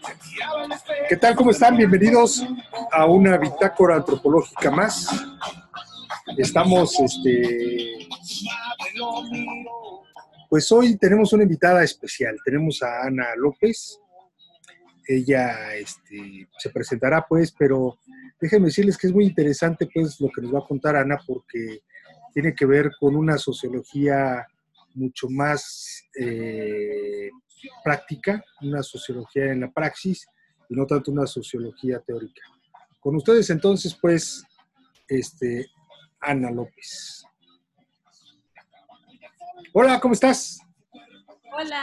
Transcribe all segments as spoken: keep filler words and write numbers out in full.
¿Qué tal? ¿Cómo están? Bienvenidos a una bitácora antropológica más. Estamos, este, pues hoy tenemos una invitada especial. Tenemos a Ana López. Ella, este, se presentará, pues, pero déjenme decirles que es muy interesante, pues, lo que nos va a contar Ana, porque tiene que ver con una sociología mucho más eh, práctica, una sociología en la praxis y no tanto una sociología teórica. Con ustedes entonces, pues, este, Ana López. Hola, ¿cómo estás? Hola.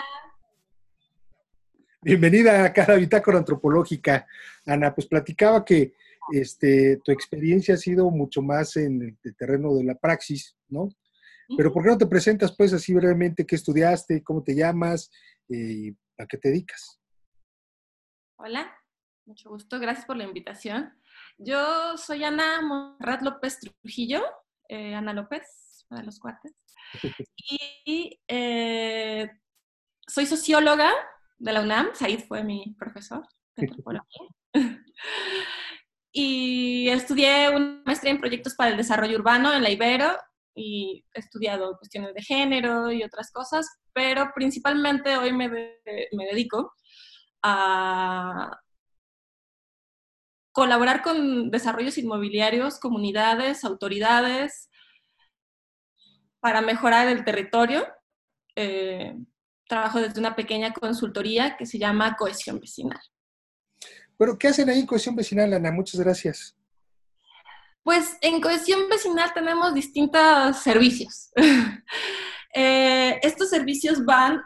Bienvenida a cada bitácora antropológica. Ana, pues platicaba que este, tu experiencia ha sido mucho más en el terreno de la praxis, ¿no? Pero ¿por qué no te presentas, pues, así brevemente qué estudiaste, cómo te llamas y a qué te dedicas? Hola, mucho gusto, gracias por la invitación. Yo soy Ana Monserrat López Trujillo, eh, Ana López, para los cuates, y eh, soy socióloga de la UNAM, Said fue mi profesor de antropología, y estudié una maestría en proyectos para el desarrollo urbano en la Ibero, y he estudiado cuestiones de género y otras cosas, pero principalmente hoy me, de, me dedico a colaborar con desarrollos inmobiliarios, comunidades, autoridades, para mejorar el territorio. Eh, trabajo desde una pequeña consultoría que se llama Cohesión Vecinal. ¿Pero qué hacen ahí en Cohesión Vecinal, Ana? Muchas gracias. Pues en Cohesión Vecinal tenemos distintos servicios. eh, estos servicios van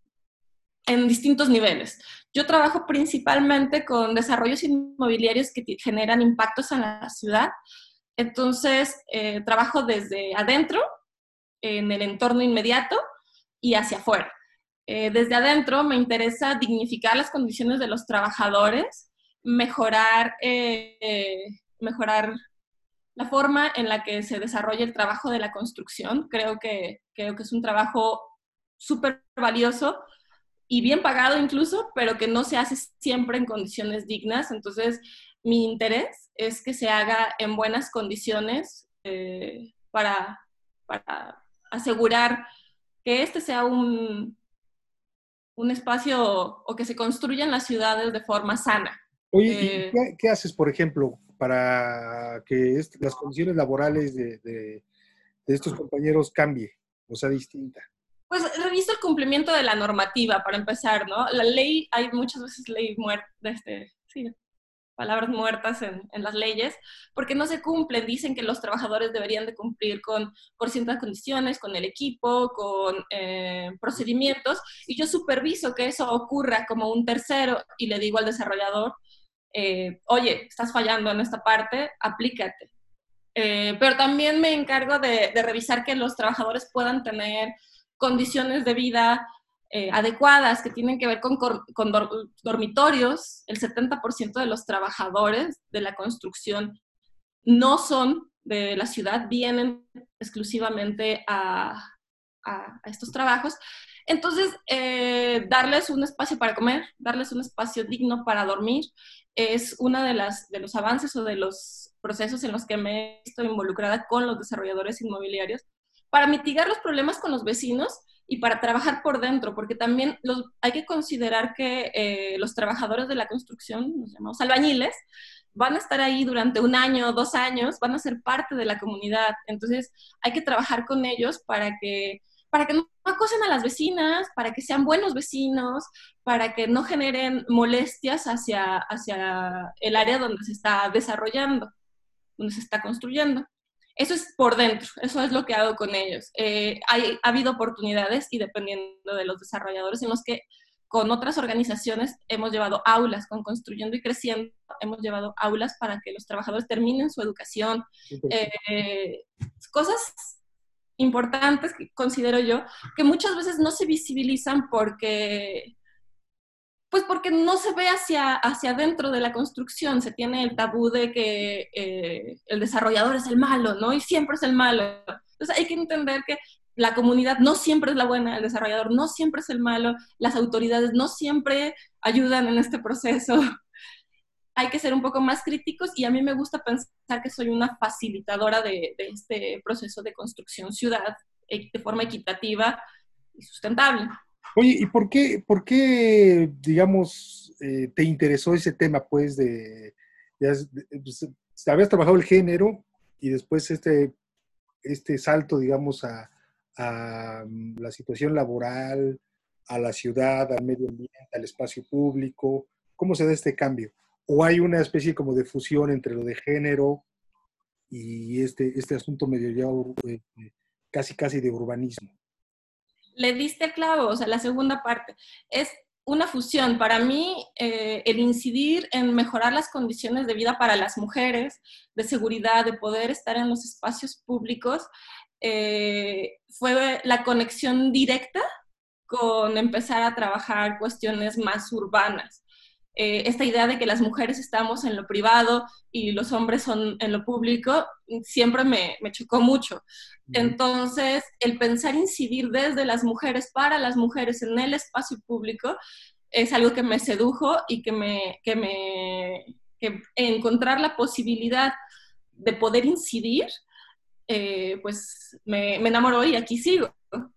en distintos niveles. Yo trabajo principalmente con desarrollos inmobiliarios que generan impactos en la ciudad. Entonces, eh, trabajo desde adentro, en el entorno inmediato, y hacia afuera. Eh, desde adentro me interesa dignificar las condiciones de los trabajadores, mejorar, eh, mejorar la forma en la que se desarrolla el trabajo de la construcción. Creo que, creo que es un trabajo súper valioso y bien pagado incluso, pero que no se hace siempre en condiciones dignas. Entonces, mi interés es que se haga en buenas condiciones eh, para, para asegurar que este sea un, un espacio o que se construyan las ciudades de forma sana. Oye, ¿y Eh, qué, qué haces, por ejemplo, para que est- las condiciones laborales de, de, de estos compañeros cambie, o sea, distinta? Pues reviso el cumplimiento de la normativa, para empezar, ¿no? La ley, hay muchas veces ley muerta, este, sí, palabras muertas en, en las leyes, porque no se cumplen. Dicen que los trabajadores deberían de cumplir con, con ciertas condiciones, con el equipo, con eh, procedimientos, y yo superviso que eso ocurra como un tercero y le digo al desarrollador, eh, oye, estás fallando en esta parte, aplícate. Eh, pero también me encargo de, de revisar que los trabajadores puedan tener condiciones de vida eh, adecuadas, que tienen que ver con, con dor, dormitorios. El setenta por ciento de los trabajadores de la construcción no son de la ciudad, vienen exclusivamente a, a, a estos trabajos. Entonces, eh, darles un espacio para comer, darles un espacio digno para dormir, es uno de, las, de los avances o de los procesos en los que me he visto involucrada con los desarrolladores inmobiliarios para mitigar los problemas con los vecinos y para trabajar por dentro, porque también los, hay que considerar que eh, los trabajadores de la construcción, nos llamamos albañiles, van a estar ahí durante un año, dos años, van a ser parte de la comunidad. Entonces hay que trabajar con ellos para que, para que no acosen a las vecinas, para que sean buenos vecinos, para que no generen molestias hacia, hacia el área donde se está desarrollando, donde se está construyendo. Eso es por dentro, eso es lo que hago con ellos. Eh, hay, ha habido oportunidades, y dependiendo de los desarrolladores, en los que con otras organizaciones hemos llevado aulas, con Construyendo y Creciendo, hemos llevado aulas para que los trabajadores terminen su educación. Eh, cosas importantes que considero yo, que muchas veces no se visibilizan porque, pues porque no se ve hacia, hacia adentro de la construcción. Se tiene el tabú de que eh, el desarrollador es el malo, ¿no? Y siempre es el malo. Entonces hay que entender que la comunidad no siempre es la buena, el desarrollador no siempre es el malo, las autoridades no siempre ayudan en este proceso. Hay que ser un poco más críticos y a mí me gusta pensar que soy una facilitadora de, de este proceso de construcción ciudad de forma equitativa y sustentable. Oye, ¿y por qué, por qué digamos, eh, te interesó ese tema, pues, de, ya, de, pues, habías trabajado el género y después este, este salto, digamos, a, a la situación laboral, a la ciudad, al medio ambiente, al espacio público? ¿Cómo se da este cambio? ¿O hay una especie como de fusión entre lo de género y este, este asunto medio ya eh, casi casi de urbanismo? Le diste el clavo, o sea, la segunda parte. Es una fusión. Para mí, eh, el incidir en mejorar las condiciones de vida para las mujeres, de seguridad, de poder estar en los espacios públicos, eh, fue la conexión directa con empezar a trabajar cuestiones más urbanas. Eh, esta idea de que las mujeres estamos en lo privado y los hombres son en lo público, siempre me, me chocó mucho. Entonces, el pensar incidir desde las mujeres para las mujeres en el espacio público es algo que me sedujo y que me, que me que encontrar la posibilidad de poder incidir, eh, pues me, me enamoró y aquí sigo.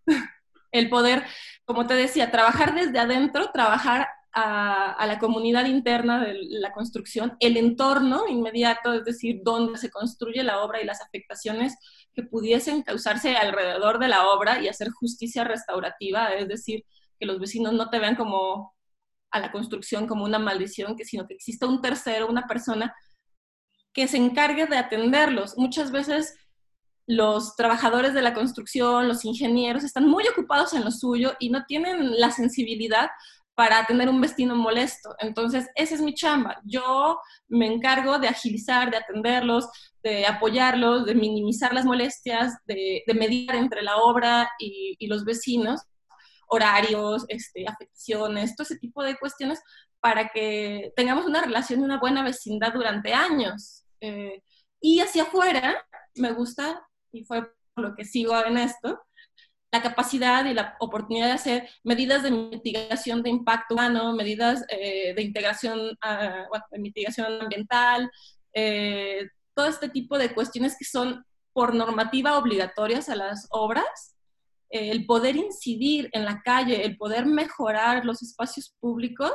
El poder, como te decía, trabajar desde adentro, trabajar a, a, la comunidad interna de la construcción, el entorno inmediato, es decir, dónde se construye la obra y las afectaciones que pudiesen causarse alrededor de la obra y hacer justicia restaurativa, es decir, que los vecinos no te vean como a la construcción como una maldición, que, sino que exista un tercero, una persona que se encargue de atenderlos. Muchas veces los trabajadores de la construcción, los ingenieros, están muy ocupados en lo suyo y no tienen la sensibilidad para tener un vecino molesto. Entonces, esa es mi chamba. Yo me encargo de agilizar, de atenderlos, de apoyarlos, de minimizar las molestias, de, de mediar entre la obra y, y los vecinos, horarios, este, afectaciones, todo ese tipo de cuestiones para que tengamos una relación y una buena vecindad durante años. Eh, y hacia afuera, me gusta, y fue por lo que sigo en esto, la capacidad y la oportunidad de hacer medidas de mitigación de impacto humano, medidas eh, de integración, uh, bueno, de mitigación ambiental, eh, todo este tipo de cuestiones que son por normativa obligatorias a las obras, eh, el poder incidir en la calle, el poder mejorar los espacios públicos,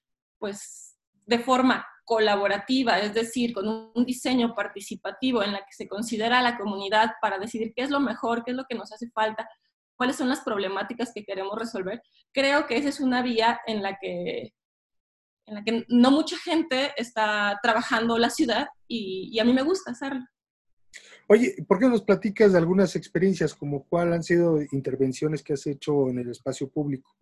pues de forma colaborativa, es decir, con un diseño participativo en la que se considera a la comunidad para decidir qué es lo mejor, qué es lo que nos hace falta, cuáles son las problemáticas que queremos resolver. Creo que esa es una vía en la que, en la que no mucha gente está trabajando la ciudad y, y a mí me gusta hacerlo. Oye, ¿por qué no nos platicas de algunas experiencias, como cuáles han sido intervenciones que has hecho en el espacio público?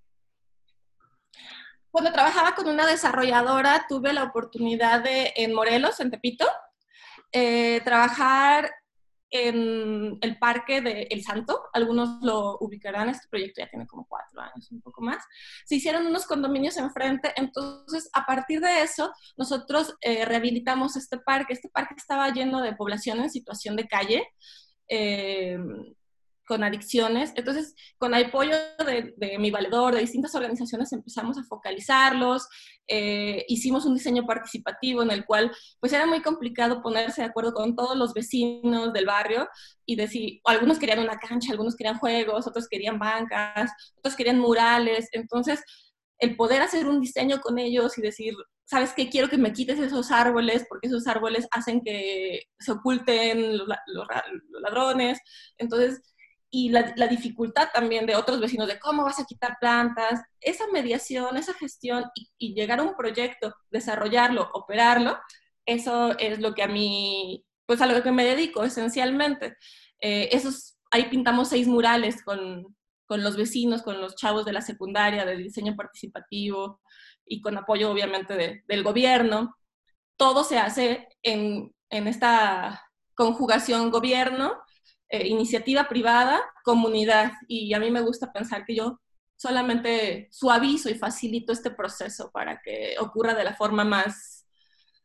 Cuando trabajaba con una desarrolladora, tuve la oportunidad de, en Morelos, en Tepito, eh, trabajar en el Parque de El Santo. Algunos lo ubicarán, este proyecto ya tiene como cuatro años, un poco más. Se hicieron unos condominios enfrente, entonces a partir de eso nosotros eh, rehabilitamos este parque. Este parque estaba lleno de población en situación de calle, eh, con adicciones. Entonces, con el apoyo de, de mi valedor, de distintas organizaciones, empezamos a focalizarlos, eh, hicimos un diseño participativo en el cual, pues era muy complicado ponerse de acuerdo con todos los vecinos del barrio y decir, algunos querían una cancha, algunos querían juegos, otros querían bancas, otros querían murales. Entonces, el poder hacer un diseño con ellos y decir, ¿sabes qué? Quiero que me quites esos árboles, porque esos árboles hacen que se oculten los, los, los ladrones. Entonces, y la, la dificultad también de otros vecinos de cómo vas a quitar plantas, esa mediación, esa gestión y, y llegar a un proyecto, desarrollarlo, operarlo, eso es lo que a mí, pues a lo que me dedico esencialmente. Eh, esos, ahí pintamos seis murales con, con los vecinos, con los chavos de la secundaria, de diseño participativo y con apoyo obviamente de, del gobierno. Todo se hace en, en esta conjugación gobierno, Eh, iniciativa privada, comunidad, y a mí me gusta pensar que yo solamente suavizo y facilito este proceso para que ocurra de la forma más,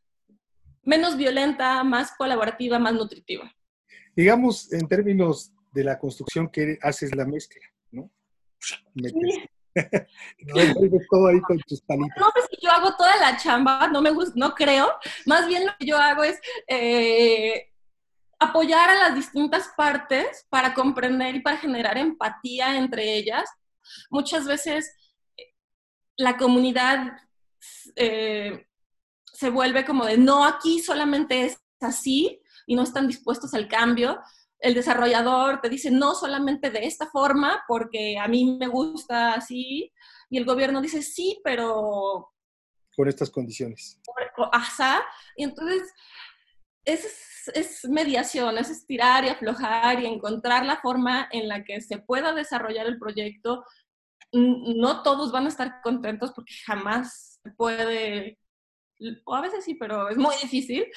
menos violenta, más colaborativa, más nutritiva. Digamos, en términos de la construcción que haces la mezcla, ¿no? Metes, Sí. revuelves todo ahí con tus palitos. No sé si yo hago toda la chamba, no me gusta, no creo. Más bien lo que yo hago es eh, apoyar a las distintas partes para comprender y para generar empatía entre ellas. Muchas veces la comunidad eh, se vuelve como de no, aquí solamente es así y no están dispuestos al cambio. El desarrollador te dice no solamente de esta forma porque a mí me gusta así, y el gobierno dice sí, pero Con estas condiciones. asá, y entonces es, es mediación, es estirar y aflojar y encontrar la forma en la que se pueda desarrollar el proyecto. No todos van a estar contentos porque jamás se puede, o a veces sí, pero es muy difícil,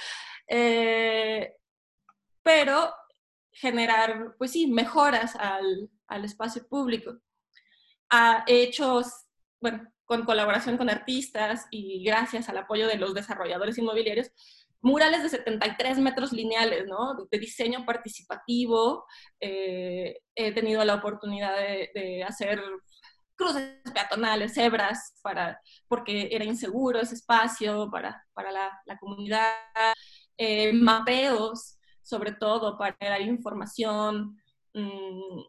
eh, pero generar, pues sí, mejoras al, al espacio público. A hechos, bueno, con colaboración con artistas y gracias al apoyo de los desarrolladores inmobiliarios, murales de setenta y tres metros lineales, ¿no? De diseño participativo. Eh, he tenido la oportunidad de, de hacer cruces peatonales, cebras, para, porque era inseguro ese espacio para, para la, la comunidad. Eh, mapeos, sobre todo, para dar información. Mmm,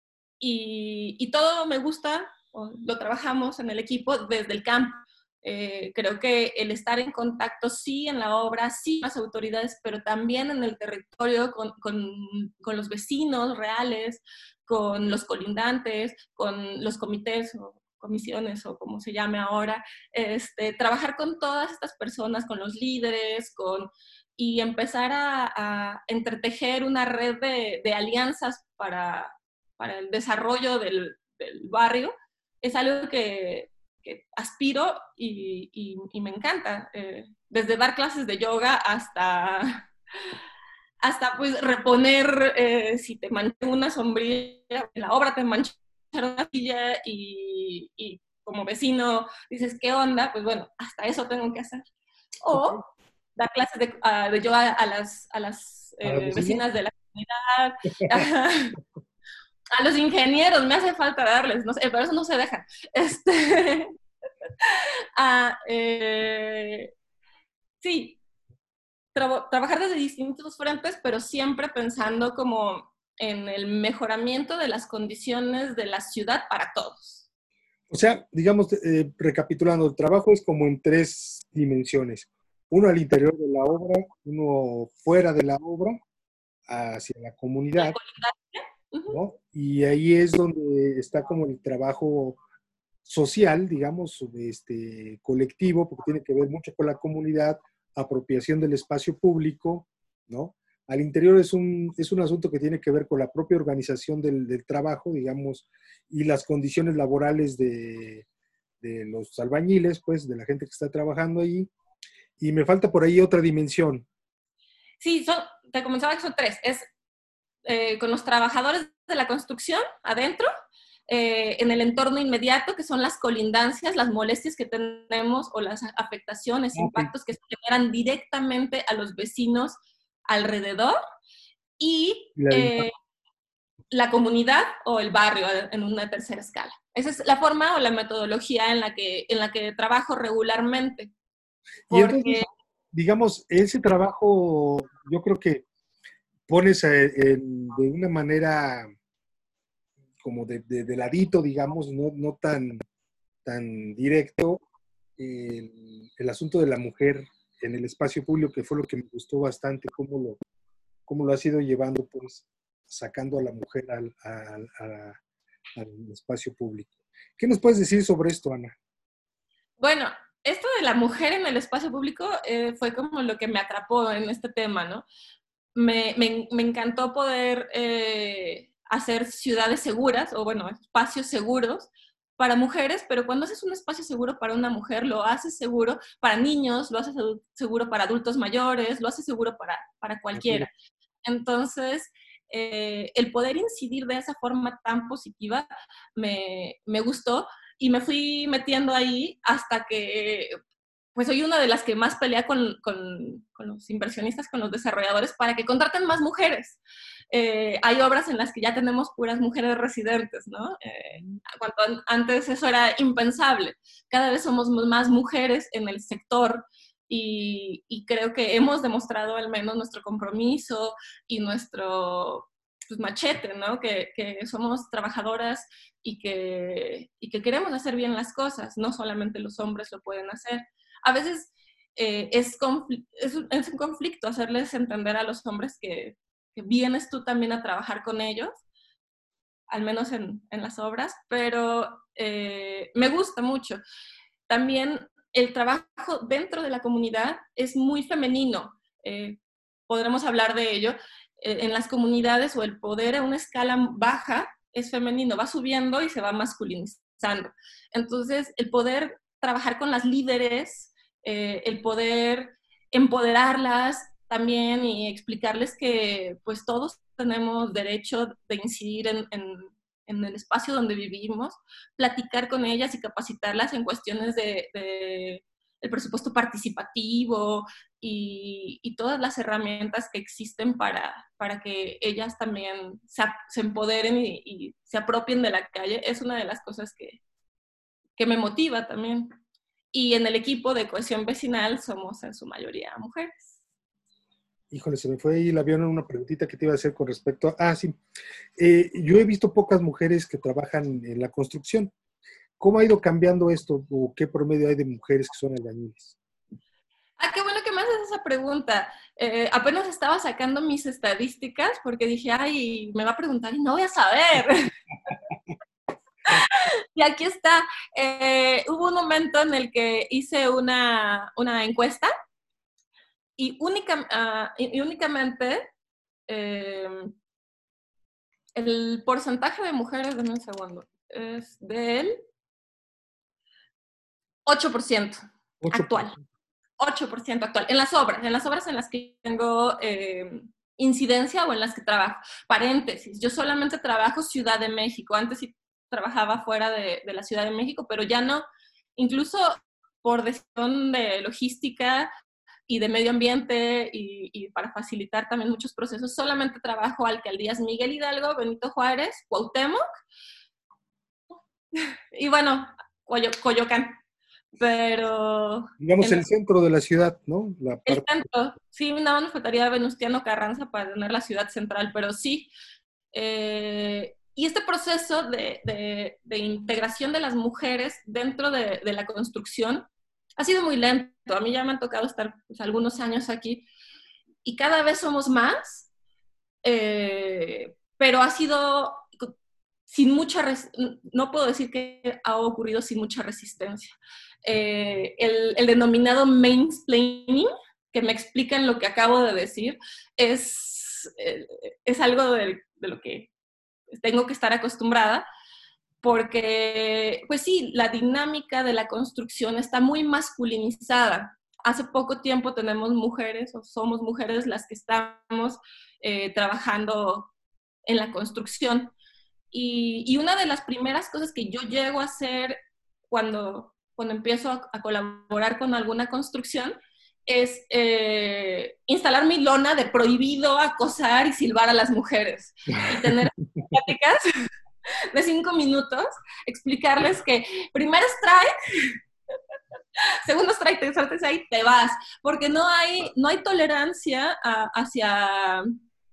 y, y todo me gusta, lo trabajamos en el equipo desde el campo. Eh, creo que el estar en contacto, sí, en la obra, sí, con las autoridades, pero también en el territorio, con, con, con los vecinos reales, con los colindantes, con los comités o comisiones o como se llame ahora, este, trabajar con todas estas personas, con los líderes, con, y empezar a, a entretejer una red de, de alianzas para, para el desarrollo del, del barrio, es algo que, que aspiro y, y, y, me encanta. Eh, desde dar clases de yoga hasta, hasta pues reponer, eh, si te mancha una sombrilla, en la obra te mancha una silla y, y como vecino dices, ¿qué onda? Pues bueno, hasta eso tengo que hacer. O Okay. dar clases de, uh, de yoga a las, a las eh, vecinas de la comunidad. A los ingenieros me hace falta darles, no sé, pero eso no se deja. Este, a, eh, sí, tra trabajar desde distintos frentes, pero siempre pensando como en el mejoramiento de las condiciones de la ciudad para todos. O sea, digamos, eh, recapitulando, el trabajo es como en tres dimensiones. Uno al interior de la obra, uno fuera de la obra, hacia la comunidad, ¿no? Y ahí es donde está como el trabajo social, digamos, este, colectivo, porque tiene que ver mucho con la comunidad, apropiación del espacio público, ¿no? Al interior es un, es un asunto que tiene que ver con la propia organización del, del trabajo, digamos, y las condiciones laborales de, de los albañiles, pues, de la gente que está trabajando ahí. Y me falta por ahí otra dimensión. Sí, son, te comenzaba que son tres. Es eh, con los trabajadores de la construcción adentro, eh, en el entorno inmediato, que son las colindancias, las molestias que tenemos o las afectaciones, Okay. impactos que se generan directamente a los vecinos alrededor, y La, eh, la comunidad o el barrio en una tercera escala. Esa es la forma o la metodología en la que, en la que trabajo regularmente. Y entonces, Porque digamos, ese trabajo, yo creo que pones en, de una manera como de, de, de ladito, digamos, no, no tan, tan directo, el, el asunto de la mujer en el espacio público, que fue lo que me gustó bastante, cómo lo, cómo lo has ido llevando, pues, sacando a la mujer al, al, al, al espacio público. ¿Qué nos puedes decir sobre esto, Ana? Bueno, esto de la mujer en el espacio público eh, fue como lo que me atrapó en este tema, ¿no? Me, me, me encantó poder eh, hacer ciudades seguras, o bueno, espacios seguros para mujeres, pero cuando haces un espacio seguro para una mujer, lo haces seguro para niños, lo haces seguro para adultos mayores, lo haces seguro para, para cualquiera. Entonces, eh, el poder incidir de esa forma tan positiva me, me gustó y me fui metiendo ahí hasta que pues soy una de las que más pelea con, con, con los inversionistas, con los desarrolladores, para que contraten más mujeres. Eh, hay obras en las que ya tenemos puras mujeres residentes, ¿no? Eh, cuando antes eso era impensable. Cada vez somos más mujeres en el sector y, y creo que hemos demostrado al menos nuestro compromiso y nuestro pues, machete, ¿no? Que, que somos trabajadoras y que, y que queremos hacer bien las cosas, no solamente los hombres lo pueden hacer. A veces eh, es, es, es un conflicto hacerles entender a los hombres que, que vienes tú también a trabajar con ellos, al menos en, en las obras, pero eh, me gusta mucho. También el trabajo dentro de la comunidad es muy femenino. Eh, podremos hablar de ello. Eh, en las comunidades o el poder a una escala baja es femenino, va subiendo y se va masculinizando. Entonces, el poder trabajar con las líderes, eh, el poder empoderarlas también y explicarles que pues todos tenemos derecho de incidir en, en, en el espacio donde vivimos, platicar con ellas y capacitarlas en cuestiones de, de el presupuesto participativo y, y, todas las herramientas que existen para, para que ellas también se, se empoderen y, y se apropien de la calle, es una de las cosas que, que me motiva también. Y en el equipo de cohesión vecinal somos en su mayoría mujeres. Híjole, se me fue ahí el avión en una preguntita que te iba a hacer con respecto a... Ah, sí. Eh, yo he visto pocas mujeres que trabajan en la construcción. ¿Cómo ha ido cambiando esto o qué promedio hay de mujeres que son albañiles? Ah, qué bueno que me haces esa pregunta. Eh, apenas estaba sacando mis estadísticas porque dije, ay, me va a preguntar y no voy a saber. Y aquí está. Eh, hubo un momento en el que hice una, una encuesta y, única, uh, y, y únicamente eh, el porcentaje de mujeres, denme un segundo, es del ocho por ciento actual. ocho por ciento actual. En las obras, en las obras en las que tengo eh, incidencia o en las que trabajo. Paréntesis, yo solamente trabajo Ciudad de México. Antes sí trabajaba fuera de, de la Ciudad de México, pero ya no. Incluso por decisión de logística y de medio ambiente y, y para facilitar también muchos procesos, solamente trabajo alcaldías Miguel Hidalgo, Benito Juárez, Cuauhtémoc y bueno, Coyo, Coyoacán. Pero... Digamos el centro de la ciudad, ¿no? La parte... El centro, sí, nada más nos faltaría Venustiano Carranza para tener la ciudad central, pero sí. Eh, y este proceso de, de, de, integración de las mujeres dentro de, de la construcción ha sido muy lento. A mí ya me han tocado estar pues, algunos años aquí y cada vez somos más, eh, pero ha sido sin mucha, no puedo decir que ha ocurrido sin mucha resistencia. Eh, el, el denominado mansplaining, que me explican lo que acabo de decir, es, eh, es algo de, de lo que tengo que estar acostumbrada, porque, pues sí, la dinámica de la construcción está muy masculinizada. Hace poco tiempo tenemos mujeres, o somos mujeres las que estamos eh, trabajando en la construcción. Y, y una de las primeras cosas que yo llego a hacer cuando, cuando empiezo a, a colaborar con alguna construcción es eh, instalar mi lona de prohibido acosar y silbar a las mujeres. Y tener pláticas de cinco minutos, explicarles que primer strike, segundo strike, tercer strike, te vas. Porque no hay, no hay tolerancia a, hacia,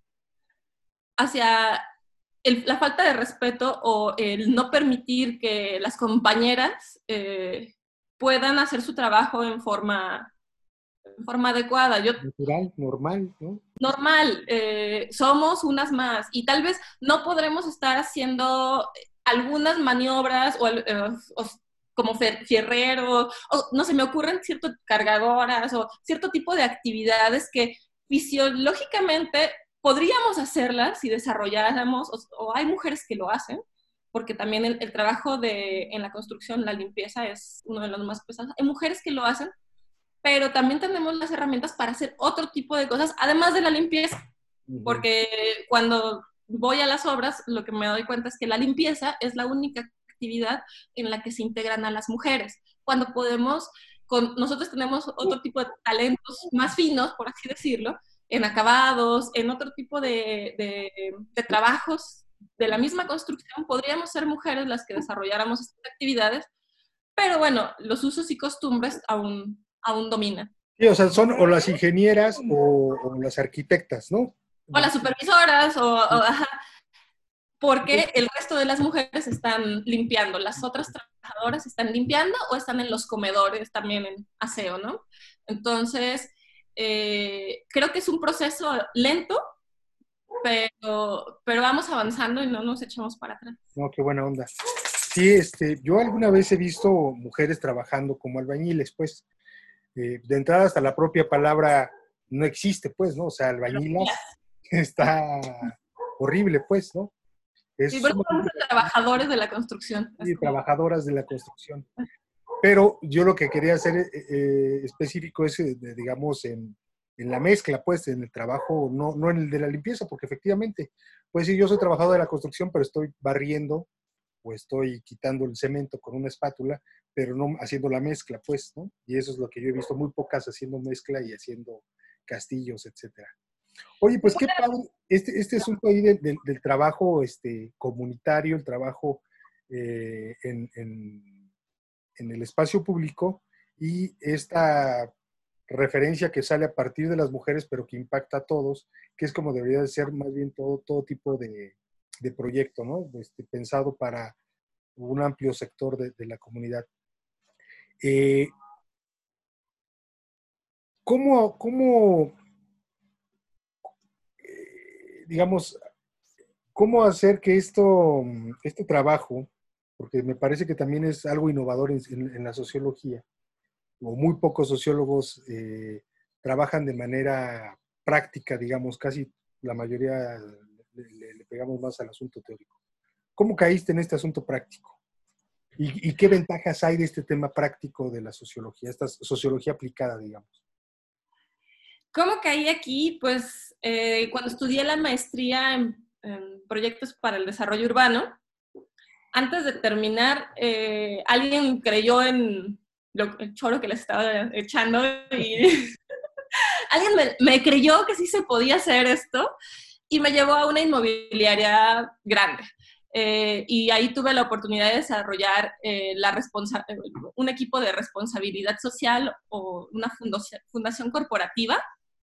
hacia el, la falta de respeto o el no permitir que las compañeras eh, puedan hacer su trabajo en forma, en forma adecuada. Yo, Natural, normal, ¿no? Normal, eh, somos unas más y tal vez no podremos estar haciendo algunas maniobras o, eh, o como fierrero, o no se me ocurren ciertas cargadoras o cierto tipo de actividades que fisiológicamente podríamos hacerlas si desarrolláramos, o, o hay mujeres que lo hacen, porque también el, el trabajo de, en la construcción, la limpieza es uno de los más pesados. Hay mujeres que lo hacen, pero también tenemos las herramientas para hacer otro tipo de cosas, además de la limpieza, uh-huh. Porque cuando voy a las obras, lo que me doy cuenta es que la limpieza es la única actividad en la que se integran a las mujeres. Cuando podemos con, nosotros tenemos otro tipo de talentos más finos, por así decirlo, en acabados, en otro tipo de, de, de trabajos de la misma construcción, podríamos ser mujeres las que desarrolláramos estas actividades, pero bueno, los usos y costumbres aún, aún dominan. Sí, o sea, son o las ingenieras o, o las arquitectas, ¿no? O las supervisoras, o, o ajá, porque el resto de las mujeres están limpiando, las otras trabajadoras están limpiando o están en los comedores también en aseo, ¿no? Entonces, eh, creo que es un proceso lento, pero, pero vamos avanzando y no nos echamos para atrás. No, qué buena onda. Sí, este, yo alguna vez he visto mujeres trabajando como albañiles, pues, eh, de entrada hasta la propia palabra no existe, pues, ¿no? O sea, albañilas está horrible, pues, ¿no? Es Sí, pero somos sumamente- trabajadores de la construcción. y Es como- trabajadoras de la construcción. Pero yo lo que quería hacer eh, eh, específico es, eh, de- digamos, en, en la mezcla, pues, en el trabajo, no, no en el de la limpieza, porque efectivamente, pues sí, yo soy trabajador de la construcción, pero estoy barriendo o estoy quitando el cemento con una espátula, pero no haciendo la mezcla, pues, ¿no? Y eso es lo que yo he visto, muy pocas haciendo mezcla y haciendo castillos, etcétera. Oye, pues qué padre, este, este asunto ahí del, del- del trabajo este, comunitario, el trabajo eh, en, en- en el espacio público y esta referencia que sale a partir de las mujeres, pero que impacta a todos, que es como debería de ser más bien todo, todo tipo de, de proyecto, ¿no? Este, pensado para un amplio sector de, de la comunidad. Eh, ¿cómo, cómo, eh, digamos, cómo hacer que esto, este trabajo, porque me parece que también es algo innovador en, en- en la sociología, o muy pocos sociólogos eh, trabajan de manera práctica, digamos, casi la mayoría le, le- le pegamos más al asunto teórico. ¿Cómo caíste en este asunto práctico? ¿Y, y qué ventajas hay de este tema práctico de la sociología, esta sociología aplicada, digamos? ¿Cómo caí aquí? Pues eh, cuando estudié la maestría en, en proyectos para el desarrollo urbano, antes de terminar, eh, alguien creyó en lo, el choro que les estaba echando y alguien me, me creyó que sí se podía hacer esto y me llevó a una inmobiliaria grande. Eh, y ahí tuve la oportunidad de desarrollar eh, la responsa un equipo de responsabilidad social o una fundación, fundación corporativa,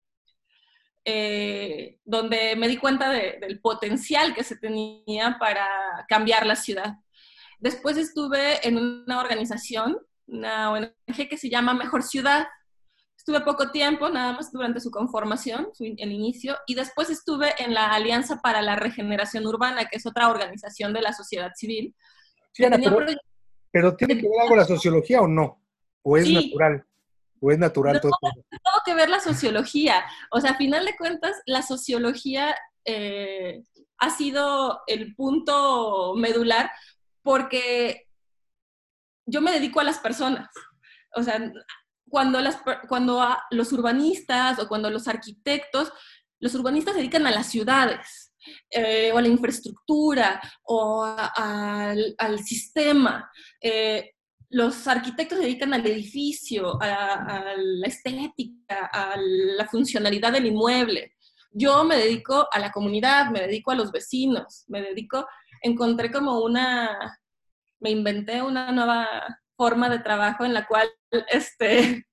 eh, donde me di cuenta de, del potencial que se tenía para cambiar la ciudad. Después estuve en una organización, una O N G que se llama Mejor Ciudad. Estuve poco tiempo, nada más durante su conformación, su, el inicio, y después estuve en la Alianza para la Regeneración Urbana, que es otra organización de la sociedad civil, Sí, que Ana, tenía pero, proyectos pero ¿tiene que de... ver algo la sociología o no? ¿O es Sí, natural? ¿O es no natural todo? tengo que ver la sociología. O sea, a final de cuentas, la sociología eh, ha sido el punto medular porque yo me dedico a las personas. O sea, cuando, las, cuando a los urbanistas o cuando los arquitectos, los urbanistas se dedican a las ciudades, eh, o a la infraestructura, o a, a, al, al sistema. Eh, los arquitectos se dedican al edificio, a, a la estética, a la funcionalidad del inmueble. Yo me dedico a la comunidad, me dedico a los vecinos, me dedico, encontré como una, me inventé una nueva forma de trabajo en la cual este,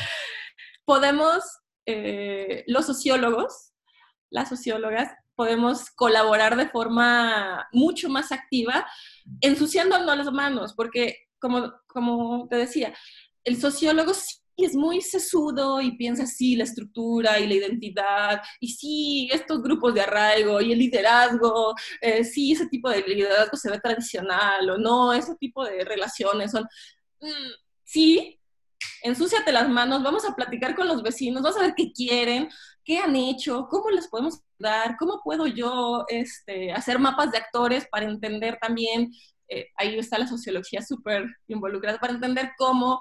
podemos, eh, los sociólogos, las sociólogas, podemos colaborar de forma mucho más activa, ensuciándonos las manos, porque como, como te decía, el sociólogo sí es muy sesudo y piensa sí la estructura y la identidad, y sí estos grupos de arraigo y el liderazgo, eh, sí ese tipo de liderazgo se ve tradicional o no, ese tipo de relaciones son, mm, sí, ensúciate las manos, vamos a platicar con los vecinos, vamos a ver qué quieren, qué han hecho, cómo les podemos dar, cómo puedo yo este, hacer mapas de actores para entender también, eh, ahí está la sociología súper involucrada, para entender cómo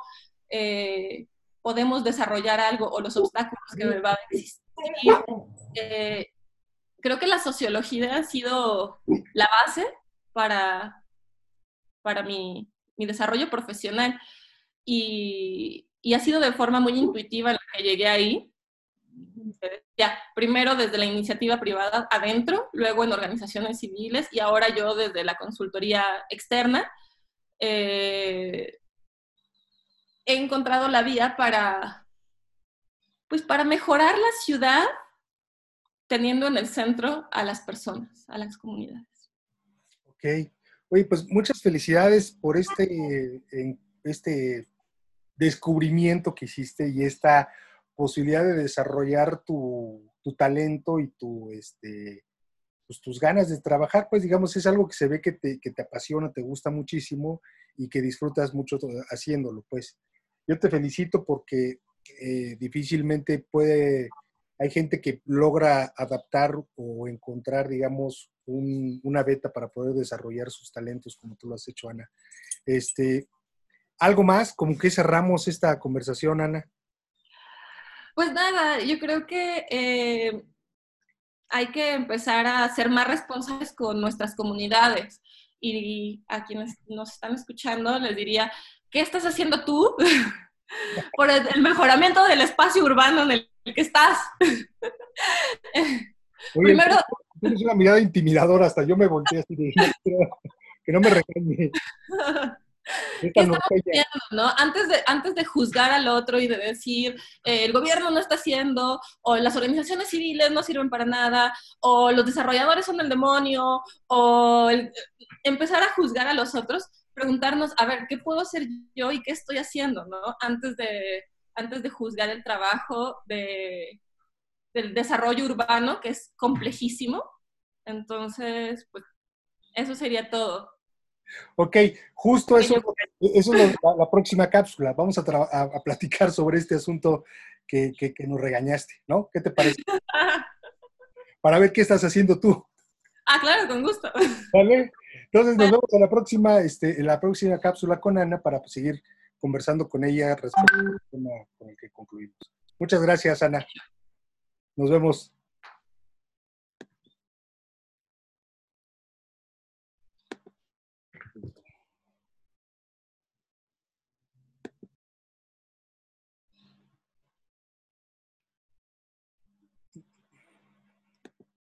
eh, podemos desarrollar algo o los obstáculos que va a existir. Eh, creo que la sociología ha sido la base para, para mi, mi desarrollo profesional. Y, y ha sido de forma muy intuitiva en la que llegué ahí. Ya, primero desde la iniciativa privada adentro, luego en organizaciones civiles y ahora yo desde la consultoría externa. Eh, he encontrado la vía para, pues, para mejorar la ciudad teniendo en el centro a las personas, a las comunidades. Ok. Oye, pues muchas felicidades por este, este descubrimiento que hiciste y esta posibilidad de desarrollar tu, tu talento y tu, este, pues, tus ganas de trabajar, pues digamos, es algo que se ve que te, que te apasiona, te gusta muchísimo y que disfrutas mucho haciéndolo, pues. Yo te felicito porque eh, difícilmente puede, hay gente que logra adaptar o encontrar, digamos, un, una beta para poder desarrollar sus talentos como tú lo has hecho, Ana. Este, ¿algo más? ¿Cómo que cerramos esta conversación, Ana? Pues nada, yo creo que eh, hay que empezar a ser más responsables con nuestras comunidades. Y a quienes nos están escuchando les diría, ¿qué estás haciendo tú por el mejoramiento del espacio urbano en el que estás? Oye, Primero, tienes una mirada intimidadora, hasta yo me volteé así de, no, quiero, que no me regañe. ¿qué Esta no estamos es ella. haciendo, no? Antes de, antes de juzgar al otro y de decir, eh, el gobierno no está haciendo, o las organizaciones civiles no sirven para nada, o los desarrolladores son el demonio, o el, empezar a juzgar a los otros, preguntarnos, a ver, ¿qué puedo hacer yo y qué estoy haciendo, no? Antes de, antes de juzgar el trabajo de, del desarrollo urbano, que es complejísimo. Entonces, pues, eso sería todo. Ok, justo eso, eso es lo, la, la, próxima cápsula. Vamos a, a, a, platicar sobre este asunto que, que, que nos regañaste, ¿no? ¿Qué te parece? Para ver qué estás haciendo tú. Ah, claro, con gusto. ¿Vale? Entonces nos vemos en la próxima, este, en la próxima cápsula con Ana para pues, seguir conversando con ella respecto al tema con el que concluimos. Muchas gracias, Ana. Nos vemos.